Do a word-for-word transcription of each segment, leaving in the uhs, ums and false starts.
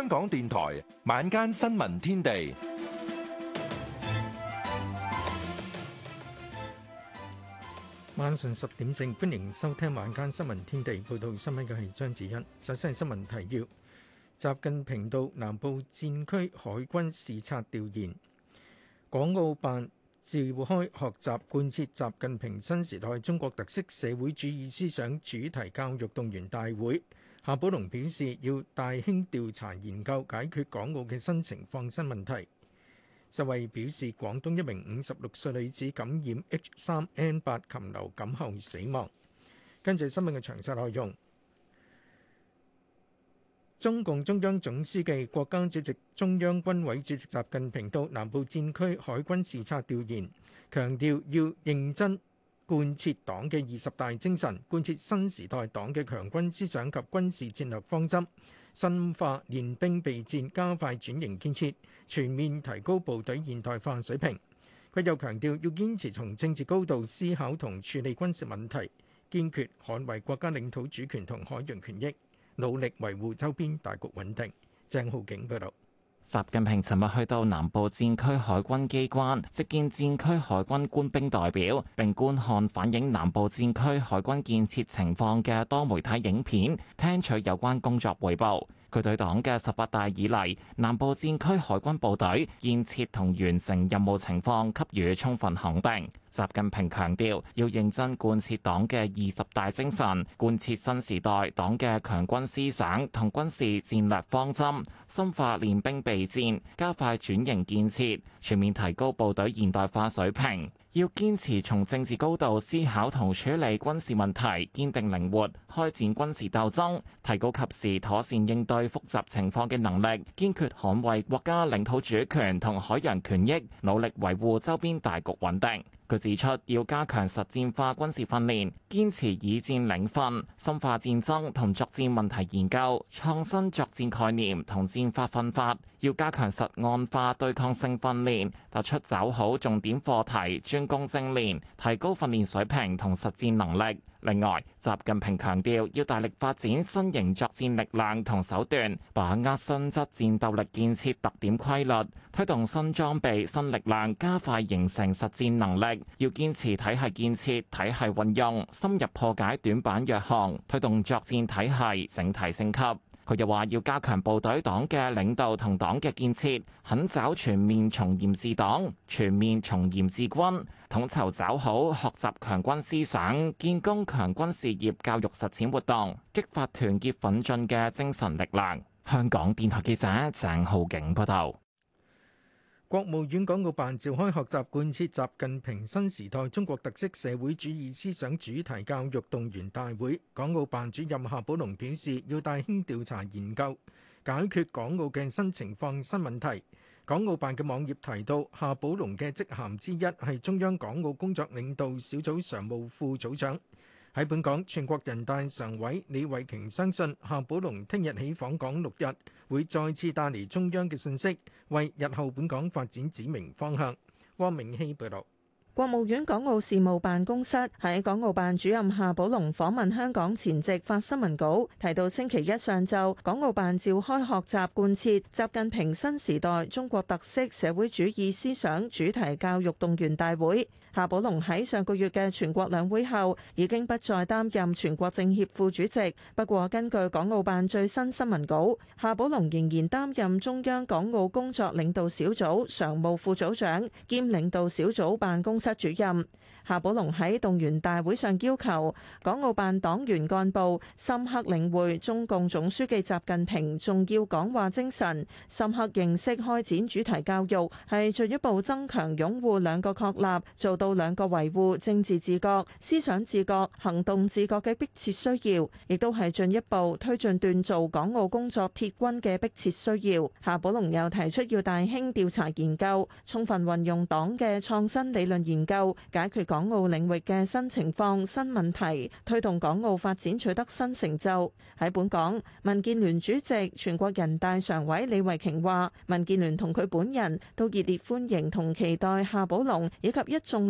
香港電台晚間新聞天地， 晚上十點正，歡迎收聽晚間新聞天地。報道新聞嘅係張子欣。首先係新聞提要：習近平到南部戰區海軍視察調研。港澳辦召開學習貫徹習近平新時代中國特色社會主義思想主題教育動員大會。夏寶龍表示，要大興調查研究，解決港澳嘅新情況、新問題。世衛表示，廣東一名五十六歲女子感染 H 三 N 八禽流感後死亡。跟住新聞嘅詳細內容。中共中央總書記、國家主席、中央軍委主席習近平到南部戰區海軍視察調研，強調要認真貫徹黨嘅二十大精神，貫徹新時代黨嘅強軍思想及軍事戰略方針，深化練兵備戰，加快轉型建設，全面提高部隊現代化水平。佢又強調要堅持從政治高度思考同處理軍事問題，堅決捍衛國家領土主權同海洋權益，努力維護周邊大局穩定。鄭浩景報道。 習近平尋日去到南部戰區海軍機關，接見戰區海軍官兵代表，並觀看反映南部戰區海軍建設情況嘅多媒體影片，聽取有關工作彙報。佢對黨嘅十八大以嚟南部戰區海軍部隊建設同完成任務情況給予充分肯定。習近平強調，要認真貫徹黨嘅二十大精神，貫徹新時代黨嘅強軍思想同軍事戰略方針，深化練兵備戰，加快轉型建設，全面提高部隊現代化水平。要堅持從政治高度思考同處理軍事問題，堅定靈活開展軍事鬥爭，提高及時妥善應對複雜情況嘅能力，堅決捍衛國家領土主權同海洋權益，努力維護周邊大局穩定。佢指出，要加強實戰化軍事訓練，堅持以戰領訓，深化戰爭同作戰問題研究，創新作戰概念同戰法訓法，要加強實案化對抗性訓練，突出抓好重點課題，專攻精練，提高訓練水平同實戰能力。另外，習近平強調要大力發展新型作戰力量同手段，把握新質戰鬥力建設特點規律，推動新裝備新力量加快形成實戰能力。要堅持體系建設、體系運用，深入破解短板弱項，推動作戰體系整體升級。佢又話要加強部隊黨嘅領導同黨嘅建設，狠抓全面從嚴治黨、全面從嚴治軍，統籌抓好學習強軍思想、建功強軍事業教育實踐活動，激發團結奮進嘅精神力量。香港電台記者鄭浩景報道。 國務院港澳辦召開學習貫徹習近平新時代中國特色社會主義思想主題教育動員大會。港澳辦主任夏寶龍表示，要大興調查研究，解決港澳嘅新情況、新問題。港澳辦嘅網頁提到，夏寶龍嘅職銜之一係中央港澳工作領導小組常務副組長。喺本港，全國人大常委李慧瓊相信夏寶龍聽日起訪港六日，會再次帶嚟中央嘅信息，為日後本港發展指明方向。汪明希報導。 國務院港澳事務辦公室喺港澳辦主任夏寶龍訪問香港前夕發新聞稿，提到星期一上晝，港澳辦召開學習貫徹習近平新時代中國特色社會主義思想主題教育動員大會。夏寶龍喺上個月嘅全國兩會後已經不再擔任全國政協副主席，不過根據港澳辦最新新聞稿，夏寶龍仍然擔任中央港澳工作領導小組常務副組長兼領導小組辦公室主任。夏寶龍喺動員大會上要求港澳辦黨員幹部深刻領會中共總書記習近平重要講話精神，深刻認識開展主題教育係進一步增強擁護兩個確立，做到兩個維護政治自覺、思想自覺、行動自覺嘅迫切需要，亦都係進一步推進鍛造港澳工作鐵軍嘅迫切需要。夏寶龍又提出要大興調查研究，充分運用黨嘅創新理論研究，解決港澳領域嘅新情況、新問題，推動港澳發展取得新成就。喺本港，民建聯主席、全國人大常委李慧瓊話：民建聯同佢本人都熱烈歡迎同期待夏寶龍以及一眾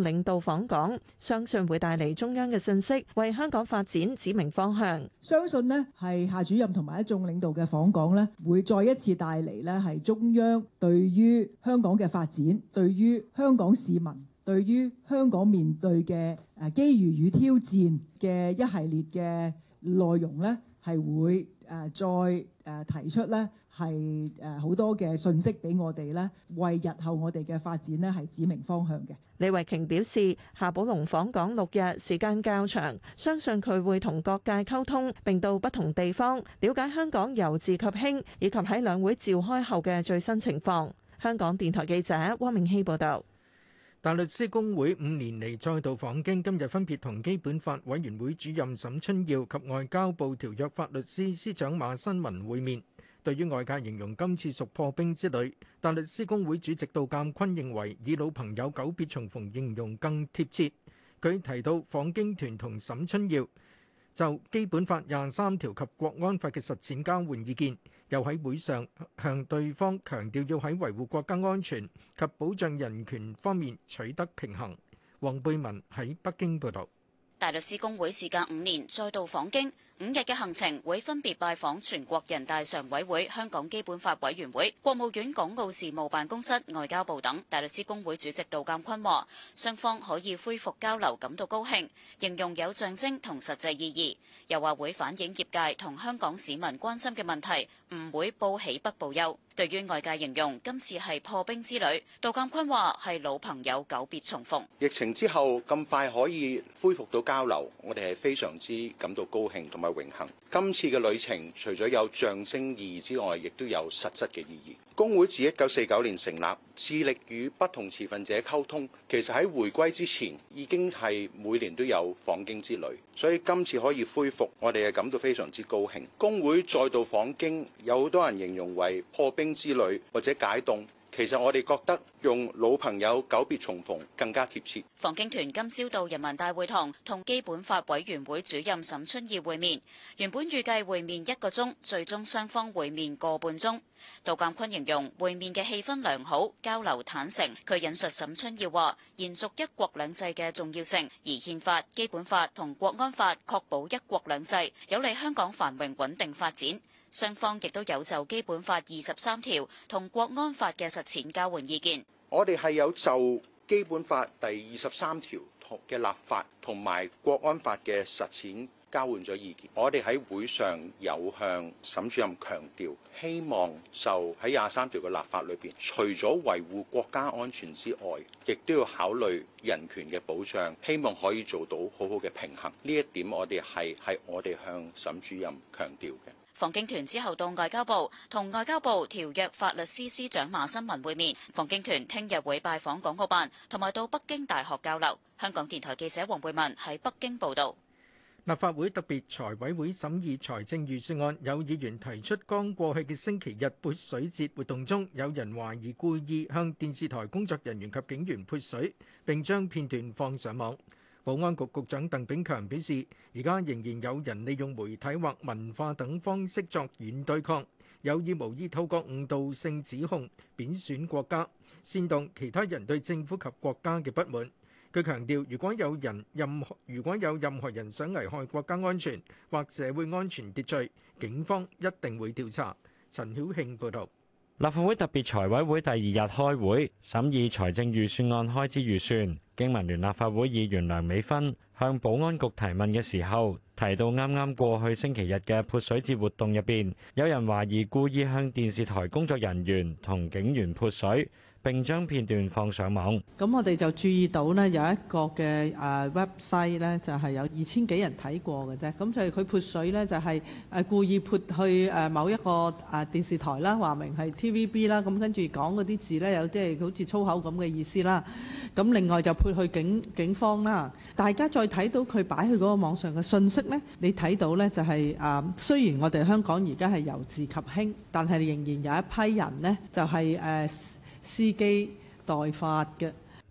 領導訪港，相信會帶嚟中央嘅信息，為香港發展指明方向。 相信呢係夏主任同埋一眾領導嘅訪港呢，會再一次帶嚟呢係中央對於香港嘅發展，對於香港市民，對於香港面對嘅誒機遇與挑戰嘅一系列嘅內容呢，係會誒再誒提出呢係誒好多嘅信息俾我哋呢，為日後我哋嘅發展呢係指明方向嘅。 李慧瓊表示，夏寶龍訪港六日，時間較長，相信佢會同各界溝通，並到不同地方了解香港由治及興，以及喺兩會召開後嘅最新情況。香港電台記者汪明熙報道。 大律師公會五年嚟再度訪京，今日分別同基本法委員會主任沈春耀及外交部條約法律司司長馬新民會面。對於外界形容今次屬破冰之旅，大律師公會主席杜鑑坤認為以老朋友久別重逢形容更貼切。佢提到訪京團同沈春耀就基本法廿三條及國安法嘅實踐交換意見，又喺會上向對方強調要喺維護國家安全及保障人權方面取得平衡。黃貝文喺北京報導。 大律師公會事隔五年再度訪京，五日嘅行程會分別拜訪全國人大常委會、香港基本法委員會、國務院港澳事務辦公室、外交部等。大律師公會主席杜鑑坤話，雙方可以恢復交流感到高興，形容有象徵同實際意義，又話會反映業界同香港市民關心嘅問題，唔會報喜不報憂。對於外界形容今次係破冰之旅，杜鑑坤話係老朋友久別重逢。 疫情之後咁快可以恢復到交流，我哋係非常之感到高興同埋榮幸。今次嘅旅程除咗有象徵意義之外，亦都有實質嘅意義。公會自一九四九年成立，致力與不同持份者溝通。其實喺回歸之前已經係每年都有訪京之旅，所以今次可以恢復，我哋係感到非常之高興。公會再度訪京，有好多人形容為破冰之旅或者解凍。其實我哋覺得用老朋友久別重逢更加貼切。 訪京團今朝到人民大會堂同基本法委員會主任沈春耀會面，原本預計會面一個鐘，最終雙方會面個半鐘。杜鑑坤形容會面嘅氣氛良好，交流坦誠。佢引述沈春耀話：延續一國兩制嘅重要性，而憲法、基本法同國安法確保一國兩制，有利香港繁榮穩定發展。雙方亦都有就基本法二十三條同國安法嘅實踐交換意見。 我哋係有就基本法第二十三條嘅立法同埋國安法嘅實踐交換咗意見。我哋喺會上有向沈主任強調，希望就喺廿三條嘅立法裏邊，除咗維護國家安全之外，亦都要考慮人權嘅保障，希望可以做到好好嘅平衡。呢一點我哋係係我哋向沈主任強調嘅。 訪京團之後到外交部，同外交部條約法律司司長馬新民會面。訪京團聽日會拜訪港澳辦，同埋到北京大學交流。香港電台記者黃貝文喺北京報導。 立法會特別財委會審議財政預算案，有議員提出，剛過去嘅星期日潑水節活動中，有人懷疑故意向電視台工作人員及警員潑水，並將片段放上網。保安局局長鄧炳強表示，而家仍然有人利用媒體或文化等方式作軟對抗，有意無意透過誤導性指控貶損國家，煽動其他人對政府及國家嘅不滿。佢強調，如果有人任何如果有任何人想危害國家安全或社會安全秩序，警方一定會調查。陳曉慶報導。 立法會特別財委會第二日開會審議財政預算案開支預算，經民聯立法會議員梁美芬向保安局提問嘅時候，提到啱啱過去星期日嘅潑水節活動入邊，有人懷疑故意向電視台工作人員同警員潑水，並將片段放上網。 咁我哋就注意到呢，有一個嘅誒 website 呢，就係有二千幾人睇過嘅啫。咁就係佢潑水呢，就係誒故意潑去誒某一個誒電視台啦，話明係 T V B 啦。咁跟住講嗰啲字呢，有啲係好似粗口咁嘅意思啦。咁另外就潑去警警方啦。大家再睇到佢擺去嗰個網上嘅信息呢，你睇到呢就係誒，雖然我哋香港而家係由治及興，但係仍然有一批人呢，就係誒司機代發嘅。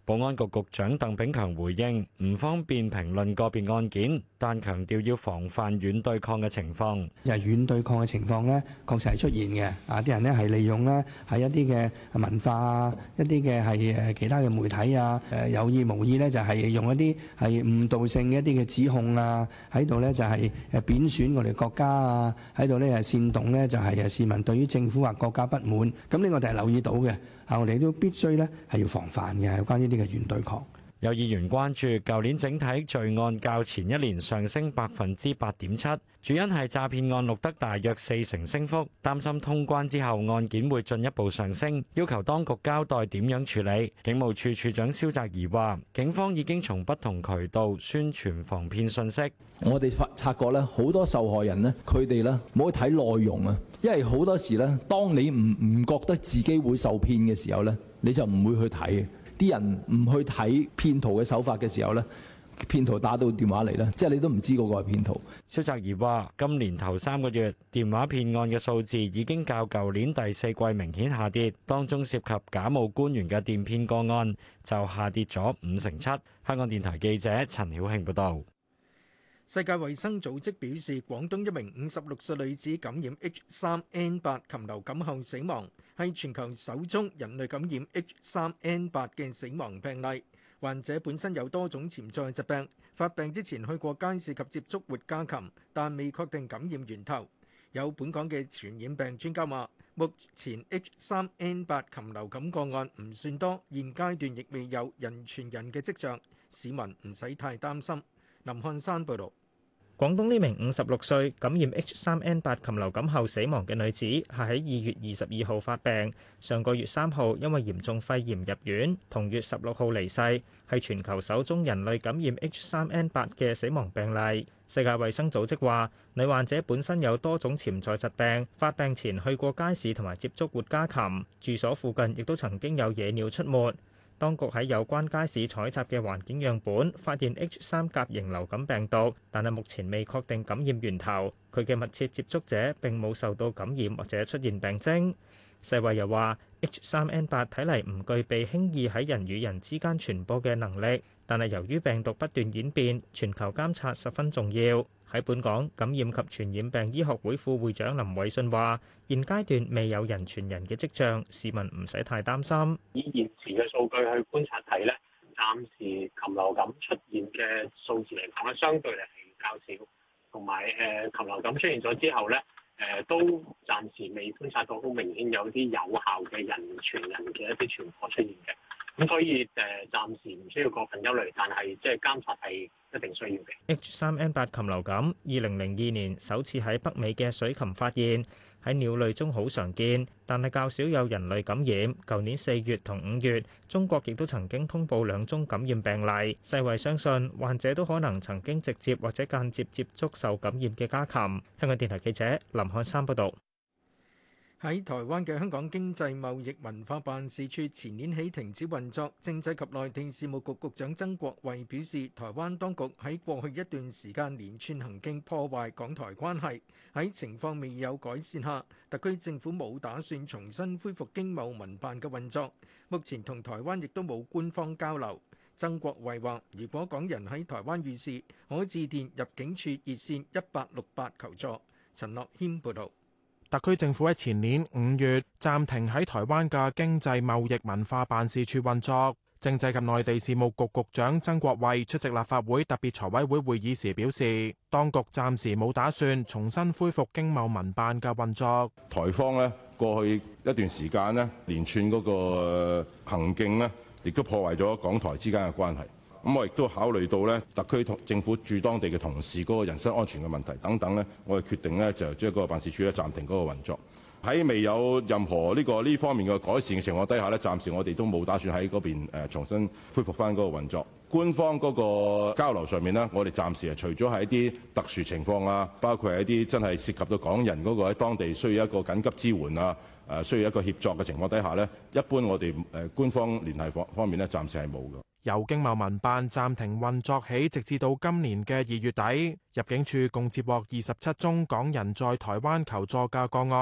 保安局局長鄧炳強回應，唔方便評論個別案件，但強調要防範軟對抗嘅情況。 又係軟對抗嘅情況咧，確實係出現嘅。啊，啲人咧係利用咧係一啲嘅文化啊，一啲嘅係誒其他嘅媒體啊，誒有意無意咧就係用一啲係誤導性嘅一啲嘅指控啊，喺度咧就係誒貶損我哋國家啊，喺度咧係煽動咧就係誒市民對於政府或國家不滿。咁呢個我哋係留意到嘅。啊！我哋都必須咧係要防範嘅，關於呢個軟對抗。 有議員關注，舊年整體罪案較前一年上升百分之八點七，主因係詐騙案錄得大約四成升幅，擔心通關之後案件會進一步上升，要求當局交代點樣處理。警務處處長蕭澤頤話，警方已經從不同渠道宣傳防騙信息。 我哋發察覺咧，好多受害人咧，佢哋咧冇去睇內容啊，因為好多時咧，當你唔唔覺得自己會受騙嘅時候咧，你就唔會去睇。啲人唔去睇騙徒嘅手法嘅時候咧，騙徒打到電話嚟咧，即係你都唔知嗰個係騙徒。 蕭澤頤話：今年頭三個月電話騙案嘅數字已經較舊年第四季明顯下跌，當中涉及假冒官員嘅電騙個案就下跌咗五成七。香港電台記者陳曉慶報導。 世界衛生組織表示，廣東一名五十六歲女子感染 H 三 N 八禽流感後死亡，係全球首宗人類感染 H 三 N 八嘅死亡病例。患者本身有多種潛在疾病，發病之前去過街市及接觸活家禽，但未確定感染源頭。有本港嘅傳染病專家話，目前 H 三 N 八禽流感個案唔算多，現階段亦未有人傳人嘅跡象，市民唔使太擔心。林漢山報導。 廣東呢名五十六歲感染 H 三 N 八禽流感後死亡嘅女子，係喺二月二十二號發病，上個月三號因為嚴重肺炎入院，同月十六號離世，係全球首宗人類感染 H 三 N 八嘅死亡病例。世界衛生組織話，女患者本身有多種潛在疾病，發病前去過街市同埋接觸活家禽，住所附近亦都曾經有野鳥出沒。當局喺有關街市採集嘅環境樣本發現 H 三甲型流感病毒，但係目前未確定感染源頭。佢嘅密切接觸者並冇受到感染或者出現病徵。世衛又話 H 三 N 八睇嚟唔具備輕易喺人與人之間傳播嘅能力，但係由於病毒不斷演變，全球監察十分重要。喺本港，感染及傳染病醫學會副會長林偉信話，現階段未有人傳人嘅跡象，市民唔使太擔心。 以現時嘅數據去觀察睇咧，暫時禽流感出現嘅數字嚟講咧，相對嚟係較少，同埋誒禽流感出現咗之後咧，誒都暫時未觀察到好明顯有啲有效嘅人傳人嘅一啲傳播出現嘅。咁所以誒暫時唔需要過分憂慮，但係即係監察係一定需要嘅。 H 三 N 八禽流感二零零二年首次喺北美嘅水禽發現，喺鳥類中好常見，但係較少有人類感染。舊年四月同五月，中國亦都曾經通報兩宗感染病例。世衛相信患者都可能曾經直接或者間接接觸受感染嘅家禽。香港電台記者林漢山報導。 喺台灣嘅香港經濟貿易文化辦事處前年起停止運作，政制及內地事務局局長曾國衛表示，台灣當局喺過去一段時間連串行徑破壞港台關係，喺情況未有改善下，特區政府冇打算重新恢復經貿文辦嘅運作，目前同台灣亦都冇官方交流。曾國衛話，如果港人喺台灣遇事，可致電入境處熱線一八六八求助。陳樂軒報導。 特區政府喺前年五月暫停喺台灣嘅經濟貿易文化辦事處運作。政制及內地事務局局長曾國衛出席立法會特別財委會會議時表示，當局暫時冇打算重新恢復經貿文辦嘅運作。 台方呢過去一段時間呢連串嗰個行徑呢，亦都破壞咗港台之間嘅關係。咁我亦都考慮到咧，特區同政府駐當地嘅同事嗰個人身安全嘅問題等等咧，我哋決定咧就將嗰個辦事處咧暫停嗰個運作。喺未有任何呢個呢方面嘅改善嘅情況底下咧，暫時我哋都冇打算喺嗰邊誒重新恢復翻嗰個運作。官方嗰個交流上面呢，我哋暫時係除咗喺一啲特殊情況啊，包括係一啲真係涉及到港人嗰個喺當地需要一個緊急支援啊，誒需要一個協作嘅情況底下咧，一般我哋誒官方聯繫方方面咧，暫時係冇嘅。 由經貿文辦暫停運作起，直至到今年嘅二月底，入境處共接獲二十七宗港人在台灣求助嘅個案，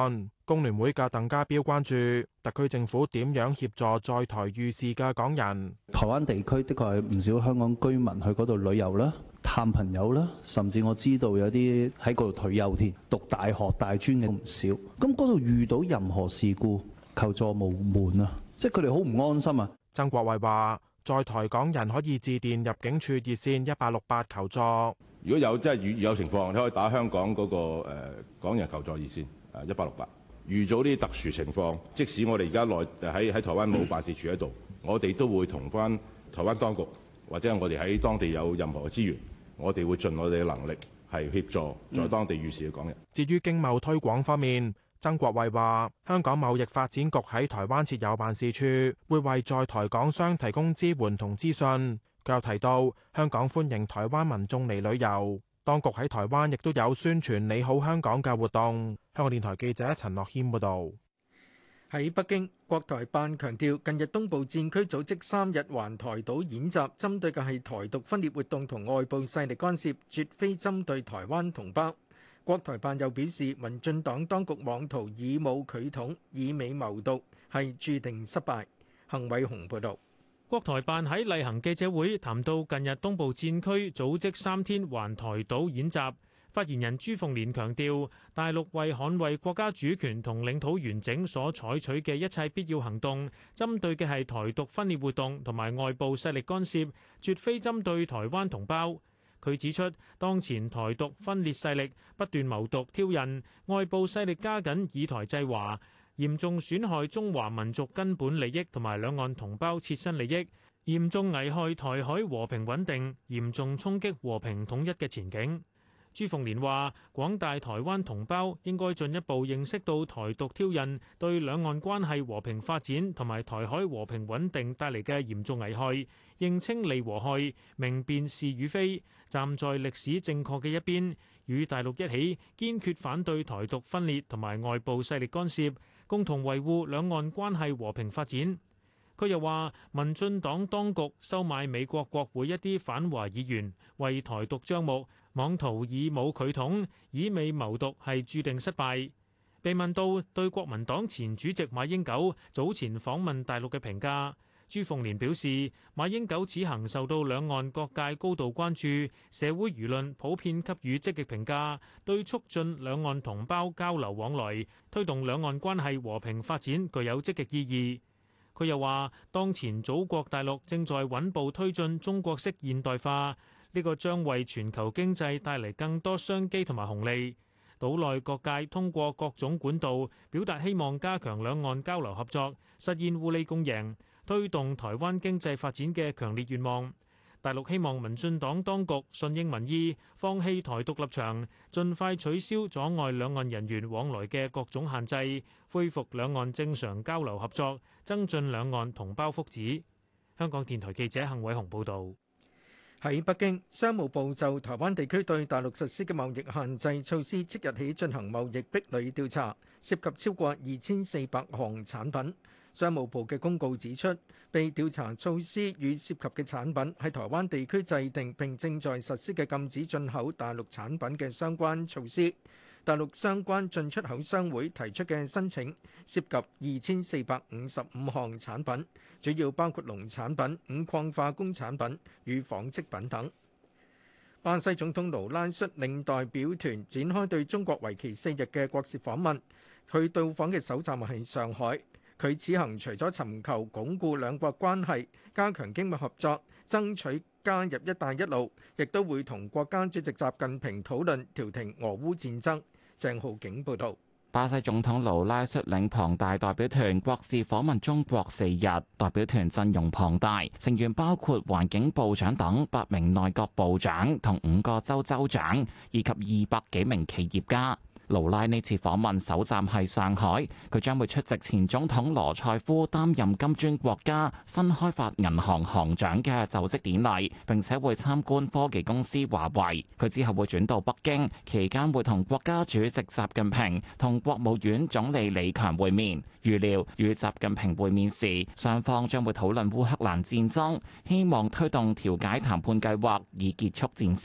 工聯會嘅鄧家彪關注特區政府點樣協助在台遇事嘅港人。 台灣地區的確係唔少香港居民去嗰度旅遊啦、探朋友啦，甚至我知道有啲喺嗰度退休添，讀大學大專嘅唔少。咁嗰度遇到任何事故，求助無門啊！即係佢哋好唔安心啊！ 曾國衛話，在台港人可以致電入境處熱線一八六八求助。 如果有即係遇有情況，你可以打香港嗰個誒港人求助熱線誒一八六八。遇咗啲特殊情況，即使我哋而家內喺喺台灣冇辦事處喺度，我哋都會同翻台灣當局或者我哋喺當地有任何嘅資源，我哋會盡我哋嘅能力係協助在當地遇事嘅港人。 至於經貿推廣方面，曾國衛話：香港貿易發展局喺台灣設有辦事處，會為在台港商提供支援同資訊。佢又提到，香港歡迎台灣民眾嚟旅遊。當局喺台灣亦都有宣傳你好香港嘅活動。香港電台記者陳樂軒報導。 喺北京，國台辦強調，近日東部戰區組織三日環台島演習，針對嘅係台獨分裂活動同外部勢力干涉，絕非針對台灣同胞。國台辦又表示，民進黨當局妄圖以武拒統、以美謀獨，係注定失敗。幸偉雄報導。 國台辦喺例行記者會談到近日東部戰區組織三天環台島演習，發言人朱鳳蓮強調，大陸為捍衛國家主權同領土完整所採取嘅一切必要行動，針對嘅係台獨分裂活動同埋外部勢力干涉，絕非針對台灣同胞。佢指出，當前台獨分裂勢力不斷謀獨挑釁，外部勢力加緊以台制華，嚴重損害中華民族根本利益同埋兩岸同胞切身利益，嚴重危害台海和平穩定，嚴重衝擊和平統一嘅前景。朱鳳蓮話：廣大台灣同胞應該進一步認識到台獨挑釁對兩岸關係和平發展同埋台海和平穩定帶嚟嘅嚴重危害，認清利和害，明辨是與非，站在歷史正確嘅一邊，與大陸一起堅決反對台獨分裂同埋外部勢力干涉，共同維護兩岸關係和平發展。佢又話：民進黨當局收買美國國會一啲反華議員，為台獨張目，妄圖以武拒統、以美謀獨，係注定失敗。被問到對國民黨前主席馬英九早前訪問大陸嘅評價，朱鳳蓮表示，馬英九此行受到兩岸各界高度關注，社會輿論普遍給予積極評價，對促進兩岸同胞交流往來、推動兩岸關係和平發展具有積極意義。佢又話，當前祖國大陸正在穩步推進中國式現代化，呢個將為全球經濟帶嚟更多商機同埋紅利。島內各界通過各種管道表達希望加強兩岸交流合作，實現互利共贏，推動台灣經濟發展嘅強烈願望。大陸希望民進黨當局順應民意，放棄台獨立場，盡快取消阻礙兩岸人員往來嘅各種限制，恢復兩岸正常交流合作，增進兩岸同胞福祉。香港電台記者幸偉雄報導。 喺北京，商務部就台灣地區對大陸實施嘅貿易限制措施即日起進行貿易壁壘調查，涉及超過二千四百項產品。商務部嘅公告指出，被調查措施與涉及嘅產品係台灣地區制定並正在實施嘅禁止進口大陸產品嘅相關措施。大陸相關進出口商會提出嘅申請涉及二千四百五十五項產品，主要包括農產品、五礦化工產品與紡織品等。巴西總統盧拉率領代表團展開對中國為期四日嘅國事訪問，佢到訪嘅首站係上海。佢此行除咗尋求鞏固兩國關係、加強經貿合作、爭取加入一帶一路，亦都會同國家主席習近平討論調停俄烏戰爭。鄭浩景報導。 巴西總統盧拉率領龐大代表團國事訪問中國四日，代表團陣容龐大，成員包括環境部長等八名內閣部長同五個州州長，以及二百幾名企業家。盧拉呢次訪問首站係上海，佢將會出席前總統羅塞夫擔任金磚國家新開發銀行行長嘅就職典禮，並且會參觀科技公司華為。佢之後會轉到北京，期間會同國家主席習近平同國務院總理李強會面。預料與習近平會面時，雙方將會討論烏克蘭戰爭，希望推動調解談判計劃以結束戰事。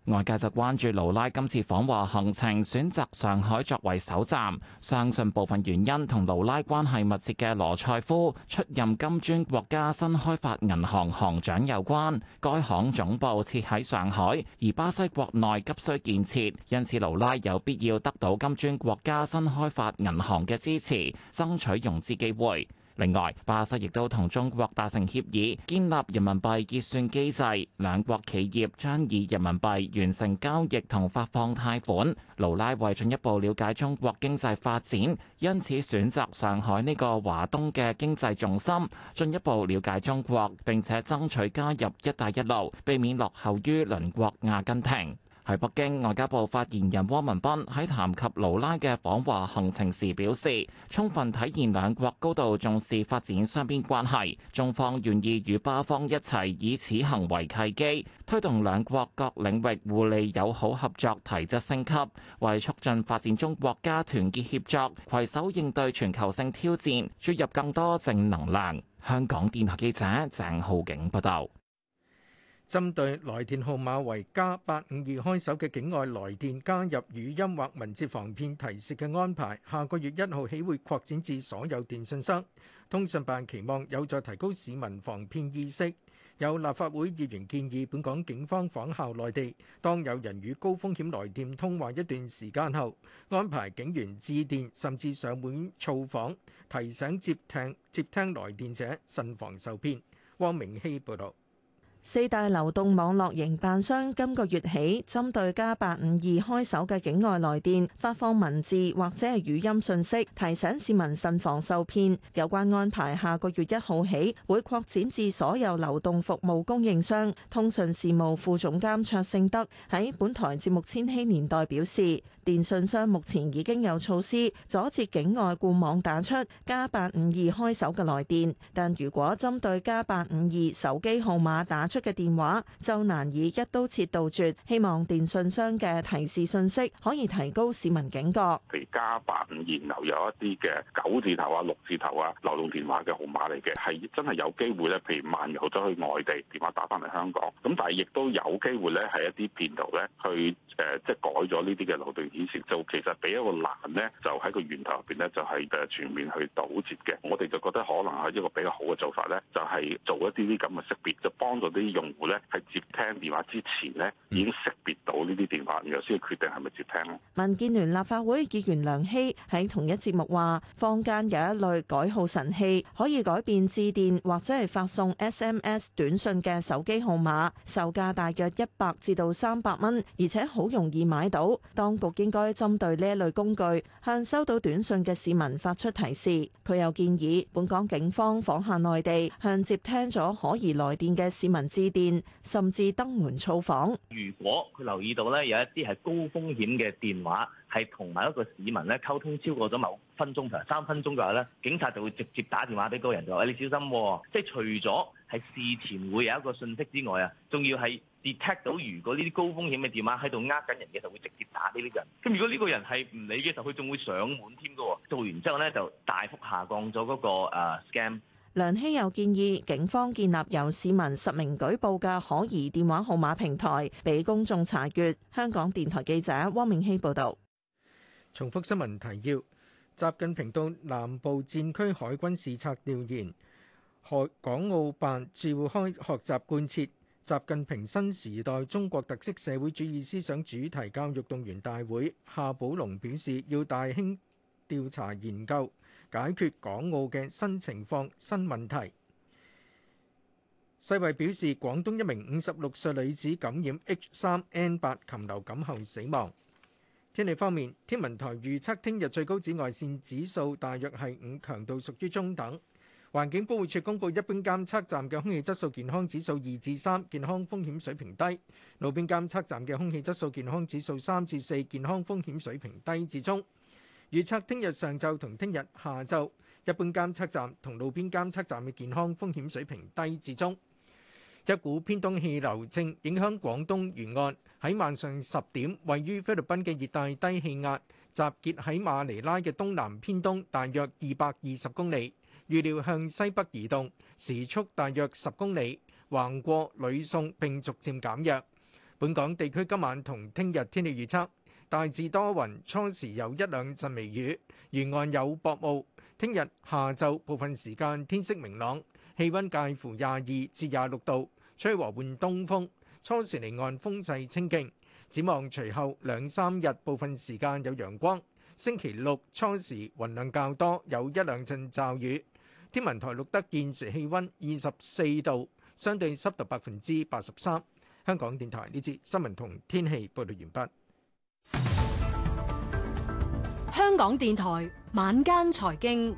外界就關注盧拉今次訪華行程選擇上海作為首站，相信部分原因同盧拉關係密切嘅羅塞夫出任金磚國家新開發銀行行長有關。該行總部設喺上海，而巴西國內急需建設，因此盧拉有必要得到金磚國家新開發銀行嘅支持，爭取融資機會。另外，巴西亦都同中國達成協議，建立人民幣結算機制，兩國企業將以人民幣完成交易同發放貸款。盧拉為進一步了解中國經濟發展，因此選擇上海呢個華東嘅經濟重心，進一步了解中國，並且爭取加入一帶一路，避免落後於鄰國阿根廷。喺北京，外交部發言人汪文斌喺談及盧拉嘅訪華行程時表示，充分體現兩國高度重視發展雙邊關係，中方願意與巴方一齊以此行為契機，推動兩國各領域互利友好合作提質升級，為促進發展中國家團結協作、攜手應對全球性挑戰，注入更多正能量。香港電台記者鄭浩景報道。 針對來電號碼為加八五二開首嘅境外來電加入語音或文字防騙提示嘅安排，下個月一號起會擴展至所有電訊商。通訊辦期望有助提高市民防騙意識。有立法會議員建議本港警方仿效內地，當有人與高風險來電通話一段時間後，安排警員致電甚至上門造訪，提醒接聽接聽來電者慎防受騙。汪明希報導。 四大流動網絡營辦商今個月起，針對加八五二開首嘅境外來電發放文字或者係語音訊息，提醒市民慎防受騙。有關安排下個月一號起會擴展至所有流動服務供應商。通訊事務副總監卓勝德喺本台節目《千禧年代》表示，電訊商目前已經有措施阻截境外固網打出加八五二開首嘅來電，但如果針對加八五二手機號碼打出嘅電話，就難以一刀切杜絕。希望電訊商嘅提示信息可以提高市民警覺。 譬如加八五二流有一啲嘅九字頭啊、六字頭啊流動電話嘅號碼嚟嘅，係真係有機會咧。譬如漫遊咗去外地，電話打翻嚟香港，咁但係亦都有機會咧係一啲騙徒咧去誒、呃、即係改咗呢啲嘅流動顯示，就其實俾一個難咧，就喺個源頭入邊咧就係誒全面去堵截嘅。我哋就覺得可能係一個比較好嘅做法咧，就係、是、做一啲啲咁嘅識別，就幫助啲用戶咧係接聽電話之前咧已經識別到呢啲電話，然後先決定係咪接聽咯。 民建聯立法會議員梁希喺同一節目話，坊間有一類改號神器，可以改變致電或者係發送 S M S 短信嘅手機號碼，售價大約一百至到三百蚊，而且好容易買到。當局應該針對呢一類工具，向收到短信嘅市民發出提示。佢又建議本港警方仿效內地，向接聽咗可疑來電嘅市民致電，甚至登門造訪。 如果佢留意到咧有一啲係高風險嘅電話，係同埋一個市民咧溝通超過咗某分鐘，譬如三分鐘嘅話咧，警察就會直接打電話俾嗰個人，就話：你小心喎！即係除咗係事前會有一個訊息之外啊，仲要係 detect 到如果呢啲高風險嘅電話喺度呃緊人嘅，就會直接打俾呢個人。咁如果呢個人係唔理嘅時候，佢仲會上門添㗎喎。做完之後咧，就大幅下降咗嗰個誒 scam。 梁希又建議警方建立由市民實名舉報嘅可疑電話號碼平台，俾公眾查閱。香港電台記者汪明希報導。 重複新聞提要：習近平到南部戰區海軍視察調研，海港澳辦召開學習貫徹習近平新時代中國特色社會主義思想主題教育動員大會。夏寶龍表示，要大興調查研究，解決港澳嘅新情況、新問題。世衛表示，廣東一名五十六歲女子感染 H 三 N 八禽流感後死亡。天氣方面，天文台預測聽日最高紫外線指數大約係五，強度屬於中等。環境保護署公布，一般監測站嘅空氣質素健康指數二至三，健康風險水平低；路邊監測站嘅空氣質素健康指數三至四，健康風險水平低至中。預測聽日上晝同聽日下晝，一般監測站同路邊監測站嘅健康風險水平低至中。一股偏東氣流正影響廣東沿岸，喺晚上十點，位於菲律賓嘅熱帶低氣壓集結喺馬尼拉嘅東南偏東，大約二百二十公里，預料向西北移動，時速大約十公里，橫過呂宋並逐漸減弱。 本港地區今晚同聽日天氣預測，大致多雲，初時有一兩陣微雨，沿岸有薄霧。聽日下晝部分時間天色明朗，氣温介乎廿二至廿六度，吹和緩東風，初時離岸風勢清勁。展望隨後兩三日部分時間有陽光，星期六初時雲量較多，有一兩陣驟雨。天文台錄得現時氣温二十四度，相對濕度百分之八十三。香港電台呢節新聞同天氣報道完畢。 香港電台晚間財經，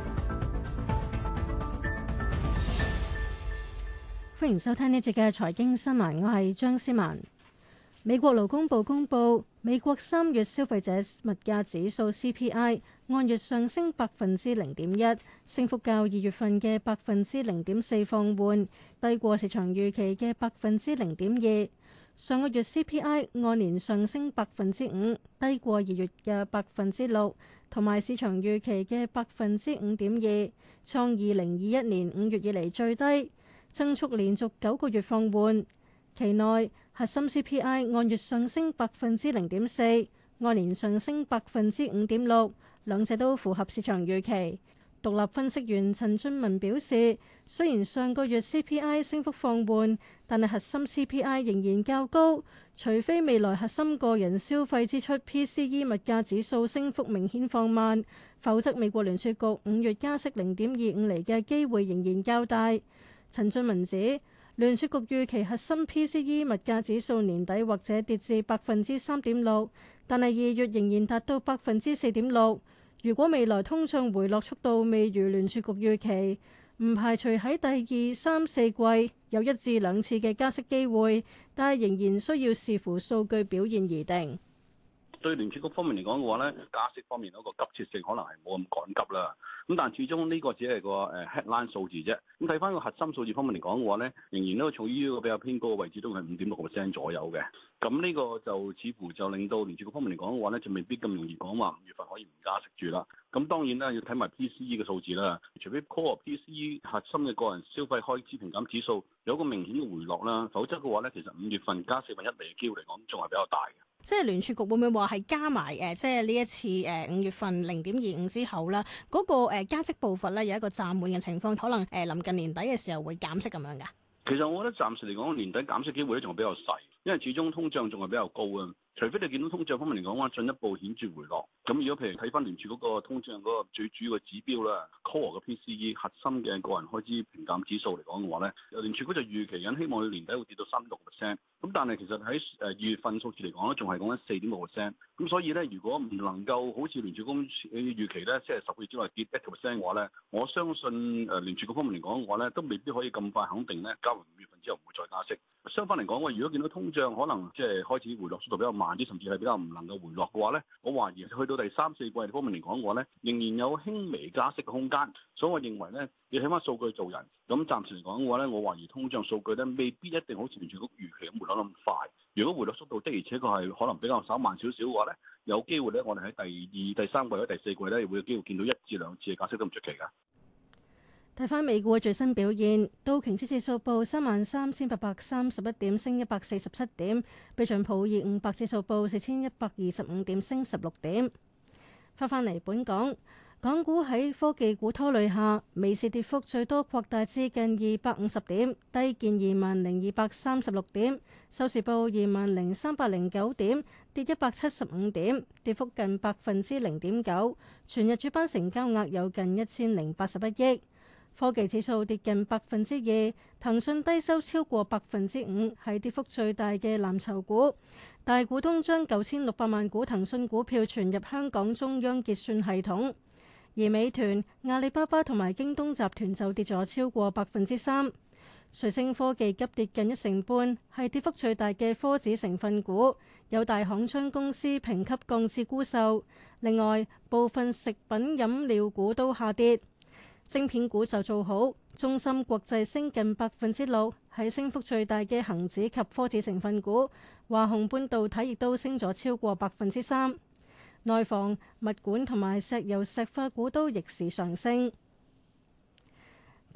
歡迎收聽呢節嘅財經新聞，我係張思文。美國勞工部公佈，美國三月消費者物價指數 C P I 按月上升百分之零點一，升幅較二月份嘅百分之零點四放緩，低過市場預期嘅百分之零點二。上個月 C P I 按年上升百分之五，低過二月嘅百分之六，同埋市場預期嘅百分之五點二，創二零二一年五月以嚟最低，增速連續九個月放緩。期內核心 C P I 按月上升百分之零點四，按年上升百分之五點六，兩者都符合市場預期。獨立分析員陳俊文表示，雖然上個月 C P I 升幅放緩，但係核心 C P I 仍然較高，除非未來核心個人消費支出 P C E 物價指數升幅明顯放慢，否則美國聯儲局五月加息零點二五厘嘅機會仍然較大。陳俊文指，聯儲局預期核心 P C E 物價指數年底或者跌至百分之三點六，但係二月仍然達到百分之四點六。如果未來通脹回落速度未如聯儲局預期，唔排除喺第二、三、四季有一至兩次嘅加息機會，但係仍然需要視乎數據表現而定。 對聯儲局方面嚟講嘅話咧，加息方面嗰個急切性可能係冇咁趕急啦。咁但係始終呢個只係個誒 headline 數字啫。咁睇翻個核心數字方面嚟講嘅話咧，仍然都處於一個比較偏高嘅位置，都係五點六個 percent 左右嘅。咁呢個就似乎就令到聯儲局方面嚟講嘅話咧，就未必咁容易講話五月份可以唔加息住啦。咁當然啦，要睇埋 P C E 嘅數字啦。除非 core P C E 核心嘅個人消費開支平減指數有一個明顯嘅回落啦，否則嘅話咧，其實五月份加四分一厘嘅機會嚟講，仲係比較大嘅。 即係聯儲局會唔會話係加埋誒，即係呢一次誒五月份零點二五之後啦，嗰個誒加息步伐咧有一個暫緩嘅情況，可能誒臨近年底嘅時候會減息咁樣㗎？其實我覺得暫時嚟講，年底減息機會咧仲係比較細，因為始終通脹仲係比較高啊。除非你見到通脹方面嚟講話進一步顯著回落，咁如果譬如睇翻聯儲嗰個通脹嗰個最主要嘅指標啦 core 嘅 P C E 核心嘅個人開支平減指數嚟講嘅話咧，聯儲局就預期緊希望佢年底會跌到三點六 percent，咁但係其實喺誒二月份數字嚟講咧，仲係講緊四點六 percent，咁所以咧，如果唔能夠好似聯儲局預期咧，即係十個月之內跌一個 percent 嘅話咧，我相信誒聯儲局方面嚟講嘅話咧，都未必可以咁快肯定咧，加完五月份之後唔會再加息。相反嚟講，我如果見到通脹可能即係開始回落速度比較慢啲，甚至係比較唔能夠回落嘅話咧，我懷疑去到第三四季方面嚟講嘅話咧，仍然有輕微加息嘅空間。所以我認為咧，要睇翻數據做人。咁暫時嚟講嘅話咧，我懷疑通脹數據咧未必一定好似聯儲局預期咁回落咁快。如果回落速度的而且確係可能比較稍慢少少嘅話咧，有機會咧，我哋喺第二、第三季或者第四季咧，會有機會見到一至兩次嘅加息都唔出奇㗎。 睇翻美股嘅最新表現，道瓊斯指數報三萬三千八百三十一點，升一百四十七點；標準普爾五百指數報四千一百二十五點，升十六點。翻返嚟本港，港股喺科技股拖累下，尾市跌幅最多擴大至近二百五十點，低見二萬零二百三十六點，收市報二萬零三百零九點，跌一百七十五點，跌幅近百分之零點九。全日主板成交額有近一千零八十一億。科技指數跌近百分之二，騰訊低收超過百分之五，係跌幅最大嘅藍籌股。大股東將九千六百萬股騰訊股票存入香港中央結算系統，而美團、阿里巴巴同埋京東集團就跌咗超過百分之三。瑞聲科技急跌近一成半，係跌幅最大嘅科指成分股，有大行將公司評級降至沽售。另外，部分食品飲料股都下跌。晶片股就做好，中芯國際升近百分之六，係升幅最大嘅恒指及科指成分股。華虹半導體亦都升咗超過百分之三。內房、物管同埋石油石化股都逆市上升。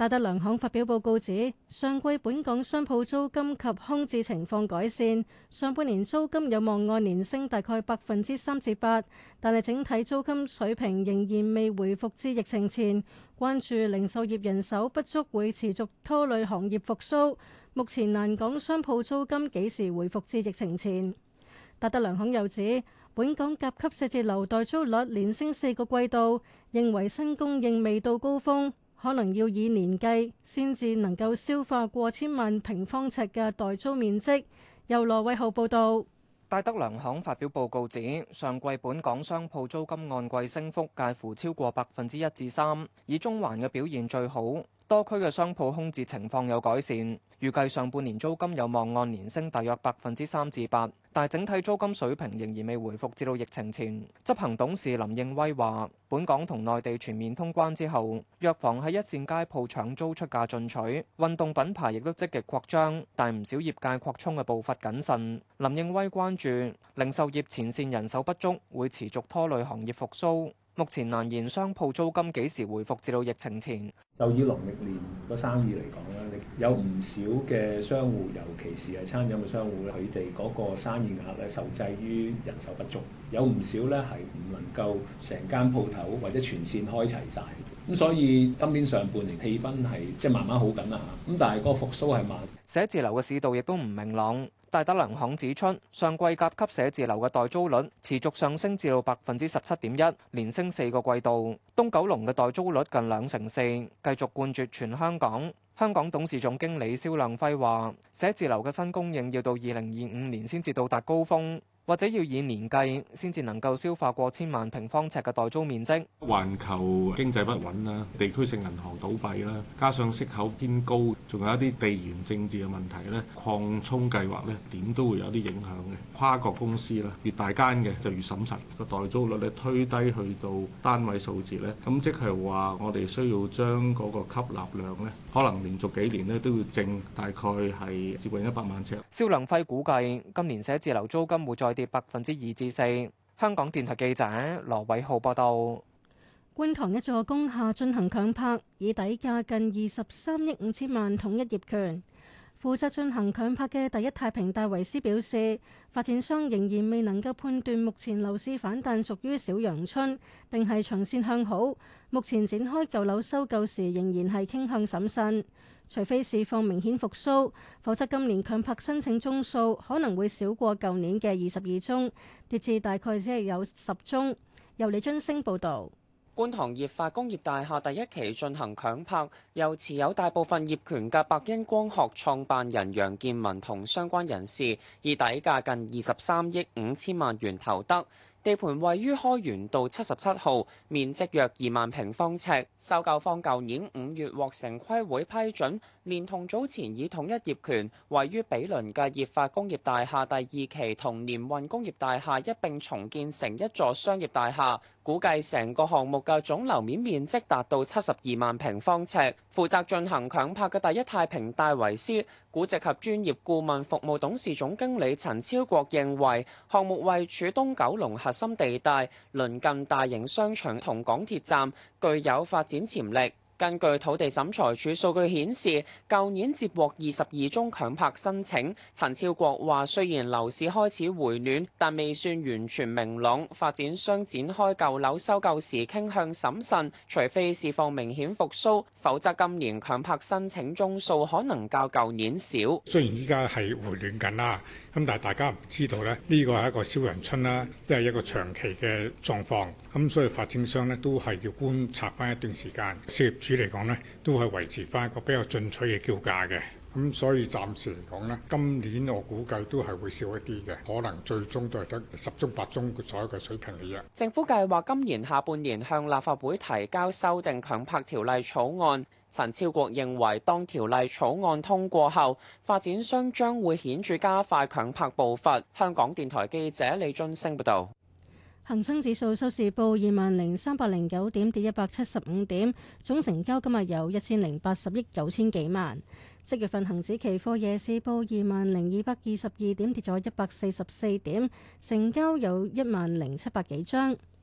戴德梁行發表報告指，上季本港商鋪租金及空置情況改善，上半年租金有望按年升大概百分之三至八，但係整體租金水平仍然未回復至疫情前。關注零售業人手不足會持續拖累行業復甦，目前難講商鋪租金幾時回復至疫情前。戴德梁行又指，本港甲級寫字樓代租率連升四個季度，認為新供應未到高峰。可能要以年計，先至能夠消化過千萬平方尺嘅代租面積。由羅偉浩報導。 戴德梁行發表報告指，上季本港商鋪租金按季升幅介乎超過百分之一至三，以中環嘅表現最好，多區嘅商鋪空置情況有改善。預計上半年租金有望按年升大約百分之三至八，但整體租金水平仍然未回復至到疫情前。執行董事林應威話，本港同內地全面通關之後，藥房喺一線街鋪搶租出價進取，運動品牌亦都積極擴張，但唔少業界擴充嘅步伐謹慎。林應威關注零售業前線人手不足，會持續拖累行業復甦。目前難言商鋪租金幾時回復至到疫情前。 就以農曆年個生意嚟講咧，有唔少嘅商戶，尤其是係餐飲嘅商戶咧，佢哋嗰個生意額咧受制於人手不足，有唔少咧係唔能夠成間鋪頭或者全線開齊晒。咁所以今年上半年氣氛係即係慢慢好緊啦嚇，咁但係嗰個復甦係慢。 寫字樓嘅市道亦都唔明朗。戴德梁行指出，上季甲級寫字樓嘅代租率持續上升至到百分之十七點一，連升四個季度。東九龍嘅代租率近兩成四，繼續冠絕全香港。香港董事總經理蕭亮輝話，寫字樓嘅新供應要到二零二五年先至到達高峰，或者要以年計先至能夠消化過千萬平方尺嘅代租面積。 環球經濟不穩啦，地區性銀行倒閉啦，加上息口偏高，仲有一啲地緣政治嘅問題咧，擴充計劃咧點都會有啲影響嘅。跨國公司啦，越大間嘅就越審慎，個代租率咧推低去到單位數字咧，咁即係話我哋需要將嗰個吸納量咧，可能連續幾年咧都要淨大概係接近一百萬尺。 蕭亮輝估計今年寫字樓租金會再跌百分之二至四。香港電台記者羅偉浩報道。 觀塘一座工廈進行強拍，以底價近二十三億五千萬統一業權。負責進行強拍嘅第一太平戴維斯表示，發展商仍然未能夠判斷目前樓市反彈屬於小陽春定係長線向好。目前展開舊樓收購時，仍然係傾向審慎。除非市況明顯復甦，否則今年強拍申請宗數可能會少過舊年嘅二十二宗，跌至大概只係有十宗。由李津升報導。 觀塘業發工業大廈第一期進行強拍，由持有大部分業權嘅百欣光學創辦人楊建文同相關人士，以底價近二十三億五千萬元投得。地盤位於開源道七十七號，面積約二萬平方尺。收購方舊年五月獲城規會批准，連同早前以統一業權位於比鄰嘅業發工業大廈第二期同聯運工業大廈一並重建成一座商業大廈。估計成個項目嘅總樓面面積達到七十二萬平方尺。負責進行強拍嘅第一太平戴維斯估值及專業顧問服務董事總經理陳超國認為，項目位處東九龍核心地帶，鄰近大型商場同港鐵站，具有發展潛力。根據土地審裁處數據顯示，舊年接獲二十二宗強拍申請。陳超國話：雖然樓市開始回暖，但未算完全明朗。發展商展開舊樓收購時傾向審慎，除非市況明顯復甦，否則今年強拍申請宗數可能較舊年少。 雖然依家係回暖緊啦，咁但係大家唔知道咧，呢個係一個小陽春啦，因為一個長期嘅狀況。咁所以發展商咧都係要觀察翻一段時間。業主嚟講呢，都係維持翻一個比較進取嘅叫價嘅，咁所以暫時嚟講呢，今年我估計都係會少一啲嘅，可能最終都係得十宗八宗左右嘅水平嘅啫。 政府計劃今年下半年向立法會提交修訂強拍條例草案。陳超國認為，當條例草案通過後，發展商將會顯著加快強拍步伐。香港電台記者李津升報導。 恒生指數收市報二萬零三百零九點，跌一百七十五點，總成交今日有一千零八十億九千幾萬。即月份恒指期貨夜市報二萬零二百二十二點，跌咗一百四十四點，成交有一萬零七百幾張。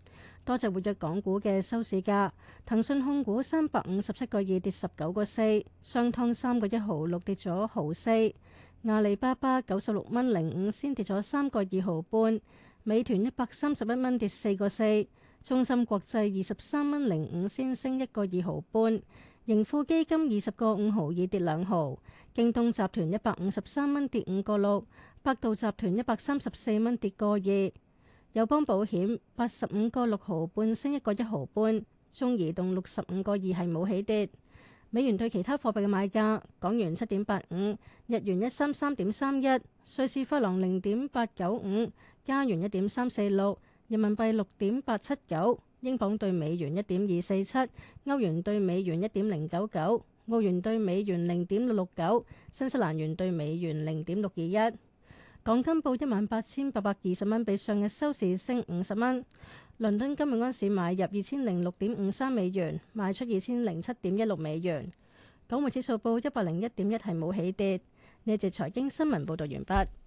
多隻活躍港股嘅收市價，騰訊控股三百五十七個二跌十九個四，商湯三個一毫六跌咗毫四，阿里巴巴九十六蚊零五先跌咗三個二毫半，美團一百三十一蚊跌四個四，中芯國際二十三蚊零五先升一個二毫半，盈富基金二十個五毫二跌兩毫，京東集團一百五十三蚊跌五個六，百度集團一百三十四蚊跌個二。友邦保險八十五個六毫半升一個一毫半，中移動六十五個二係冇起跌。美元對其他貨幣嘅買價：港元七點八五，日元一三三點三一，瑞士法郎零點八九五，加元一點三四六，人民幣六點八七九，英鎊對美元一點二四七，歐元對美元一點零九九，澳元對美元零點六六九，新西蘭元對美元零點六二一。港金報一萬八千八百二十蚊，比上日收市升五十蚊。倫敦今日安市買入二千零六點五三美元，賣出二千零七點一六美元。港匯指數報一百零一點一，係冇起跌。呢一節財經新聞報道完畢。